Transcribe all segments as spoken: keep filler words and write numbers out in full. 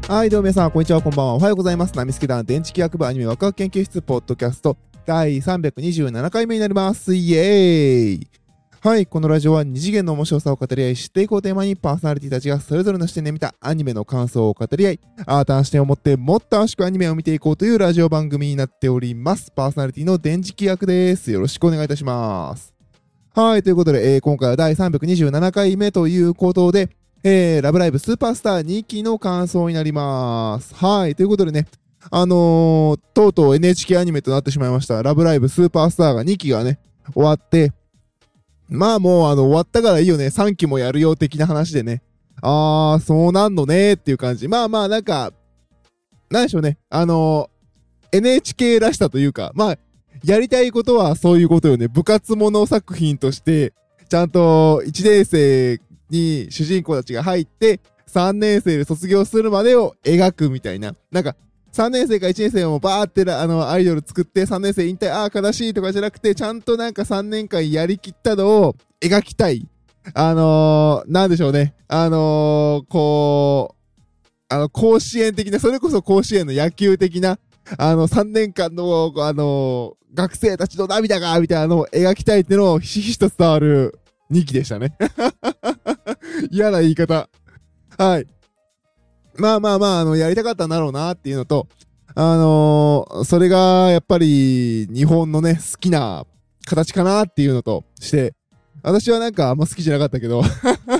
はい、どうも皆さん、こんにちは、こんばんは。おはようございます。ナミスケ団電池企画部アニメワクワク研究室ポッドキャストだいさんびゃくにじゅうななかいめになります。イエーイ。はい、このラジオは二次元の面白さを語り合い、知っていこうテーマにパーソナリティたちがそれぞれの視点で見たアニメの感想を語り合い、新たな視点を持ってもっと楽しくアニメを見ていこうというラジオ番組になっております。パーソナリティの電池企画です。よろしくお願いいたします。はい、ということで、えー、今回はだいさんびゃくにじゅうななかいめということで、えー、ラブライブスーパースターにきの感想になります。はい。ということでね、あのー、とうとう エヌエイチケー アニメとなってしまいました。ラブライブスーパースターがにきがね、終わって、まあもうあの、終わったからいいよね、さんきもやるよ的な話でね。あー、そうなんのねーっていう感じ。まあまあなんか、なんでしょうね。あのー、エヌエイチケー らしさというか、まあ、やりたいことはそういうことよね。部活もの作品として、ちゃんといちねん生に主人公たちが入ってさんねん生で卒業するまでを描くみたいな。なんかさんねん生かいちねん生もバーってあのアイドル作ってさんねん生引退、あー悲しいとかじゃなくて、ちゃんとなんかさんねんかんやりきったのを描きたい。あのー、なんでしょうね。あのー、こう、あの甲子園的な、それこそ甲子園の野球的な、あのさんねんかんの、あのー、学生たちの涙がみたいなのを描きたいっていうのをひしひしと伝わるにきでしたね。嫌な言い方。はい。まあまあまあ、あの、やりたかったんだろうなっていうのと、あのー、それがやっぱり日本のね、好きな形かなっていうのとして、私はなんかあんま好きじゃなかったけど、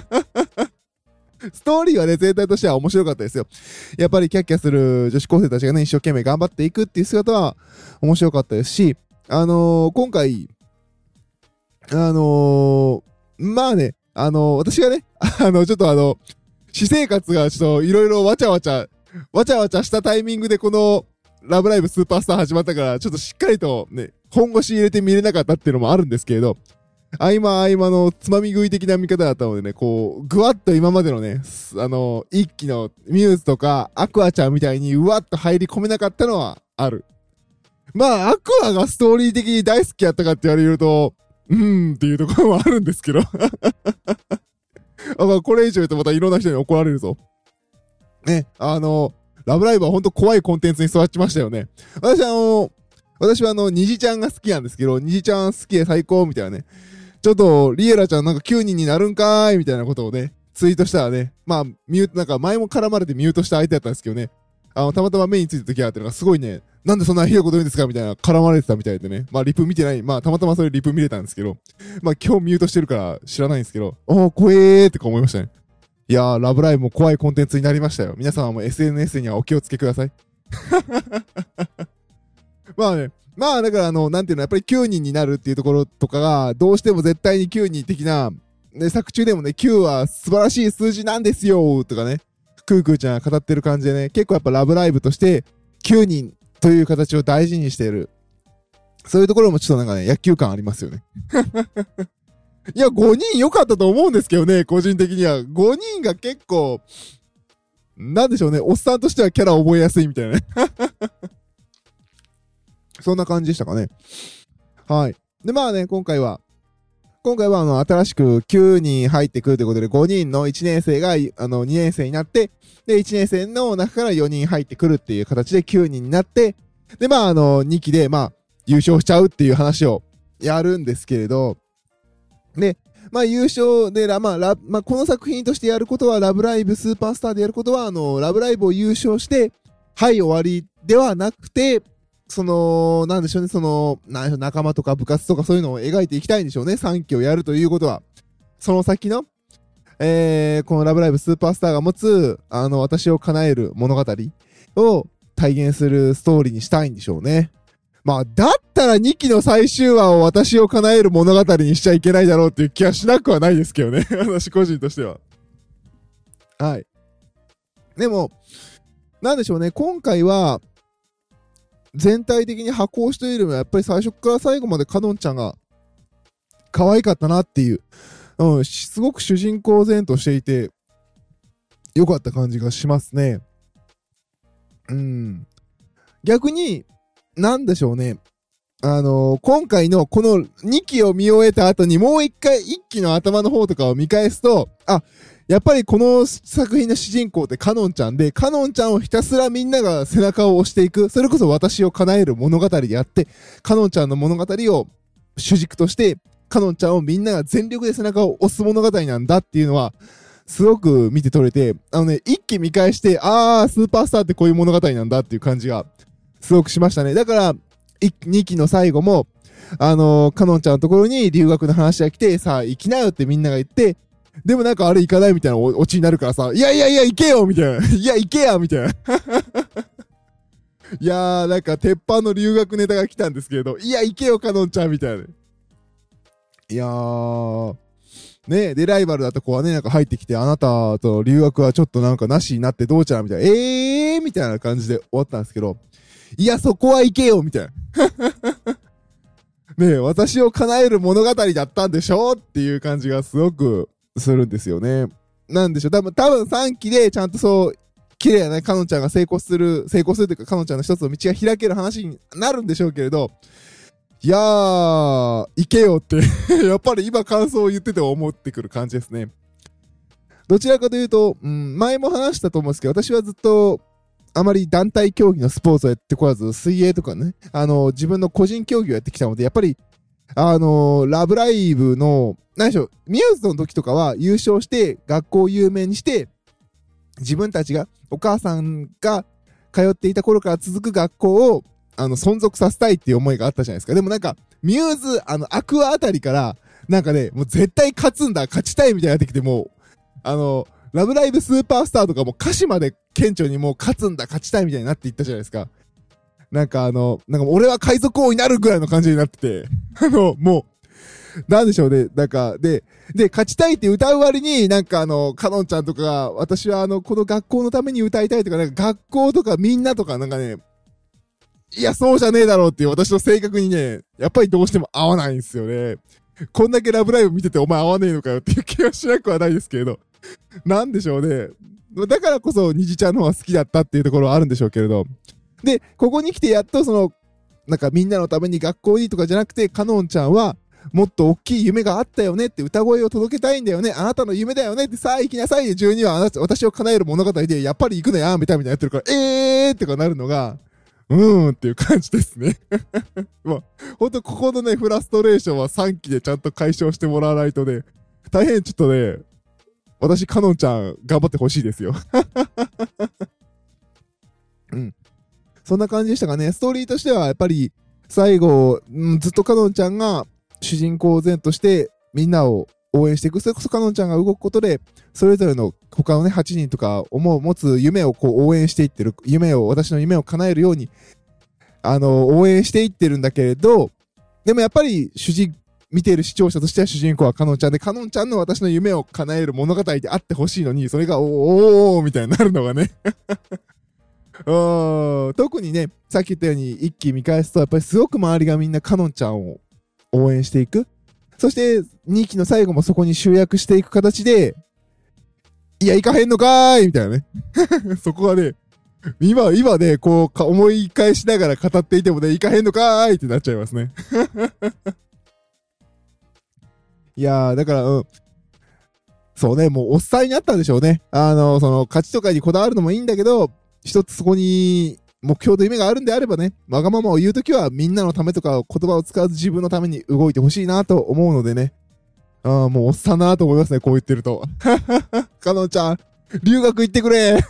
ストーリーはね、全体としては面白かったですよ。やっぱりキャッキャする女子高生たちがね、一生懸命頑張っていくっていう姿は面白かったですし、あのー、今回、あのー、まあね、あのー、私がね、あの、ちょっとあの、私生活がちょっといろいろわちゃわちゃ、わちゃわちゃしたタイミングでこの、ラブライブスーパースター始まったから、ちょっとしっかりとね、本腰入れて見れなかったっていうのもあるんですけれど、合間合間のつまみ食い的な見方だったのでね、こう、ぐわっと今までのね、あの、一期のミューズとかアクアちゃんみたいにうわっと入り込めなかったのはある。まあ、アクアがストーリー的に大好きやったかって言われると、うーんっていうところもあるんですけど。あ、まあ、これ以上言うとまたいろんな人に怒られるぞ。ね、あの、ラブライブはほんと怖いコンテンツに育ちましたよね。私あの、私はあの、虹ちゃんが好きなんですけど、虹ちゃん好きで最高みたいなね。ちょっと、リエラちゃんなんかきゅうにんになるんかーいみたいなことをね、ツイートしたらね、まあ、ミュート、なんか前も絡まれてミュートした相手だったんですけどね、あの、たまたま目についた時があってのがすごいね、なんでそんなひどいこと言うんですかみたいな絡まれてたみたいでね。まあ、リプ見てない。まあ、たまたまそれリプ見れたんですけど、まあ、今日ミュートしてるから知らないんですけど、おー、怖えーってか思いましたね。いやー、ラブライブも怖いコンテンツになりましたよ。皆様も エスエヌエス にはお気をつけください。まあね、まあだからあの、なんていうの、やっぱりきゅうにんになるっていうところとかが、どうしても絶対にきゅうにん的な、ね、作中でもね、きゅうは素晴らしい数字なんですよとかね、クークーちゃんが語ってる感じでね、結構やっぱラブライブとしてきゅうにんという形を大事にしている。そういうところもちょっとなんかね、野球感ありますよね。いや、ごにん良かったと思うんですけどね、個人的には。ごにんが結構、なんでしょうね、おっさんとしてはキャラ覚えやすいみたいなね。そんな感じでしたかね。はい。で、まあね、今回は、今回はあの、新しくきゅうにん入ってくるということで、ごにんのいちねん生が、あの、にねん生になって、で、いちねん生の中からよにん入ってくるっていう形できゅうにんになって、で、まああの、にきで、まあ、優勝しちゃうっていう話をやるんですけれど、で、まあ優勝で、まあ、ラまあ、この作品としてやることは、ラブライブスーパースターでやることは、あの、ラブライブを優勝して、はい終わりではなくて、その、なんでしょうね、その、なんでしょう、仲間とか部活とかそういうのを描いていきたいんでしょうね。さんきをやるということは。その先の、えー、このラブライブスーパースターが持つ、あの、私を叶える物語を体現するストーリーにしたいんでしょうね。まあ、だったらにきの最終話を私を叶える物語にしちゃいけないだろうっていう気はしなくはないですけどね。私個人としては。はい。でも、なんでしょうね、今回は、全体的に箱推しというよりもやっぱり最初から最後までカノンちゃんが可愛かったなっていう、うん、すごく主人公前としていて良かった感じがしますね。うん。逆に、なんでしょうね。あのー、今回のこのにきを見終えた後にもう一回いっきの頭の方とかを見返すと、あ、 やっぱりこの作品の主人公ってカノンちゃんで、カノンちゃんをひたすらみんなが背中を押していく、それこそ私を叶える物語であって、カノンちゃんの物語を主軸として、カノンちゃんをみんなが全力で背中を押す物語なんだっていうのは、すごく見て取れて、あのね、一気見返して、あー、スーパースターってこういう物語なんだっていう感じが、すごくしましたね。だから、にきの最後も、あのー、カノンちゃんのところに留学の話が来て、さあ、行きなよってみんなが言って、でもなんかあれ行かないみたいなオチになるからさ、いやいやいや、行けよみたいな。いや、行けやみたいな。いやー、なんか、鉄板の留学ネタが来たんですけれど、いや、行けよ、カノンちゃんみたいな。いやー、ね、で、ライバルだった子はね、なんか入ってきて、あなたと留学はちょっとなんかなしになってどうちゃうみたいな、えーみたいな感じで終わったんですけど、いや、そこは行けよみたいな。ねえ、私を叶える物語だったんでしょっていう感じがすごくするんですよね。なんでしょう、多分、多分さんきでちゃんとそう、綺麗なね、カノンちゃんが成功する、成功するというか、カノンちゃんの一つの道が開ける話になるんでしょうけれど、いやー、行けよってやっぱり今感想を言ってて思ってくる感じですね。どちらかというと、うん、前も話したと思うんですけど、私はずっと、あまり団体競技のスポーツをやってこらず、水泳とかね、あの、自分の個人競技をやってきたので、やっぱり、あの、ラブライブの、何でしょう、ミューズの時とかは優勝して、学校を有名にして、自分たちが、お母さんが通っていた頃から続く学校を、あの、存続させたいっていう思いがあったじゃないですか。でもなんか、ミューズ、あの、アクアあたりから、なんかね、もう絶対勝つんだ、勝ちたいみたいになってきて、もう、あの、ラブライブスーパースターとかも歌詞まで顕著にもう勝つんだ、勝ちたいみたいになっていったじゃないですか。なんかあの、なんか俺は海賊王になるぐらいの感じになってて、あの、もう、なんでしょうね、なんか、で、で、勝ちたいって歌う割に、なんかあの、カノンちゃんとかが、私はあの、この学校のために歌いたいとか、なんか学校とかみんなとかなんかね、いや、そうじゃねえだろうっていう私の性格にね、やっぱりどうしても合わないんですよね。こんだけラブライブ見ててお前合わねえのかよっていう気はしなくはないですけれど。なんでしょうね。だからこそ、虹ちゃんの方が好きだったっていうところはあるんでしょうけれど。で、ここに来てやっとその、なんかみんなのために学校いいとかじゃなくて、カノンちゃんは、もっと大きい夢があったよねって歌声を届けたいんだよね。あなたの夢だよねってさあ行きなさいでじゅうにわあなた私を叶える物語でやっぱり行くのやみたいなみたいなやってるから、えーってかなるのが、うーんっていう感じですね。まあ、ほんとここのね、フラストレーションはさんきでちゃんと解消してもらわないとね、大変ちょっとね、私、カノンちゃん、頑張ってほしいですよ。うん。そんな感じでしたかね。ストーリーとしては、やっぱり、最後、うん、ずっとカノンちゃんが主人公前としてみんなを応援していく。それこそカノンちゃんが動くことで、それぞれの他のね、はちにんとか思う、持つ夢をこう応援していってる。夢を、私の夢を叶えるように、あの、応援していってるんだけれど、でもやっぱり主人、見ている視聴者としては主人公はカノンちゃんで、カノンちゃんの私の夢を叶える物語であってほしいのに、それがおーおーおーみたいになるのがね。特にね、さっき言ったように一気見返すと、やっぱりすごく周りがみんなカノンちゃんを応援していく。そしてにきの最後もそこに集約していく形で、いや、いかへんのかーいみたいなね。そこはね、今、今ね、こう、思い返しながら語っていてもね、いかへんのかーいってなっちゃいますね。いやー、だから、うん。そうね、もうおっさんになったんでしょうね。あの、その、勝ちとかにこだわるのもいいんだけど、一つそこに目標と夢があるんであればね、わがままを言うときはみんなのためとか言葉を使わず自分のために動いてほしいなと思うのでね。ああ、もうおっさんだなと思いますね、こう言ってると。かのんちゃん、留学行ってくれ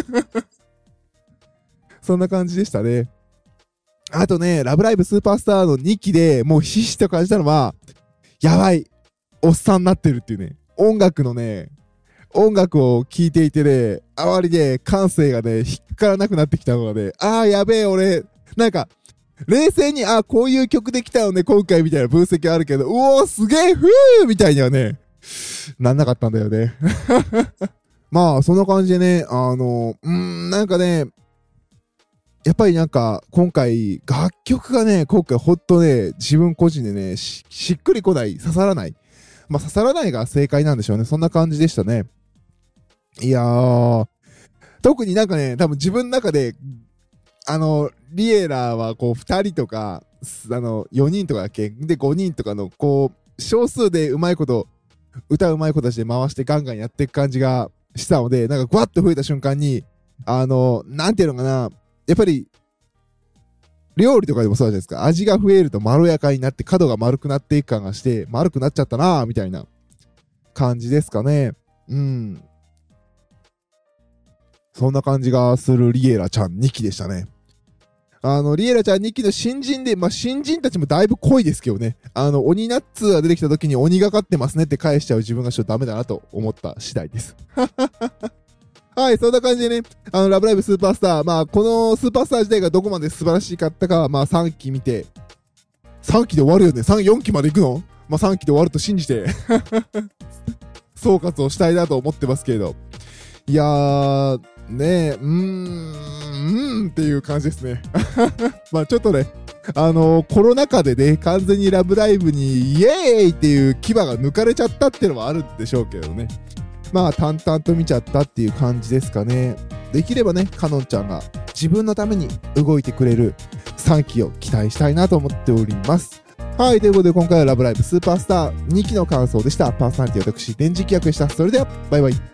そんな感じでしたね。あとね、ラブライブスーパースターのにきでもうひしひしと感じたのは、やばい、おっさんになってるっていうね、音楽のね、音楽を聴いていてね、あまりね、感性がね、引っかからなくなってきたのがね、あーやべえ、俺、なんか、冷静に、あ、こういう曲できたよね、今回みたいな分析はあるけど、うおー、すげえ、ふーみたいにはね、なんなかったんだよね。まあ、そんな感じでね、あの、うーん、なんかね、やっぱりなんか、今回、楽曲がね、今回ほんとね、自分個人でね、し、しっくりこない、刺さらない。まあ、刺さらないが正解なんでしょうね。そんな感じでしたね。いやー、特になんかね、多分自分の中で、あの、リエラーはこうふたりとか、あの、よにんとかだっけでごにんとかの、こう、少数でうまいこと歌うまい子たちで回してガンガンやっていく感じがしたので、なんかグワッと増えた瞬間に、あの、なんていうのかな、やっぱり、料理とかでもそうじゃないですか。味が増えるとまろやかになって角が丸くなっていく感がして、丸くなっちゃったなぁ、みたいな感じですかね。うん。そんな感じがするリエラちゃんにきでしたね。あの、リエラちゃんにきの新人で、まあ、新人たちもだいぶ濃いですけどね。あの、鬼ナッツが出てきた時に鬼がかってますねって返しちゃう自分がちょっとダメだなと思った次第です。はい、そんな感じでね、あの、ラブライブスーパースター、まあ、このスーパースター自体がどこまで素晴らしかったかは、まあ、さんき見て、さんきで終わるよね。さん、よんきまで行くの？まあ、さんきで終わると信じて、総括をしたいなと思ってますけれど。いやー、ねえ、うーん、うーんっていう感じですね。まあちょっとね、あのー、コロナ禍でね、完全にラブライブにイエーイっていう牙が抜かれちゃったっていうのはあるんでしょうけどね。まあ淡々と見ちゃったっていう感じですかね。できればね、かのんちゃんが自分のために動いてくれるさんきを期待したいなと思っております。はい、ということで今回はラブライブスーパースターにきの感想でした。パーソナリティ私、電磁気役でした。それでは、バイバイ。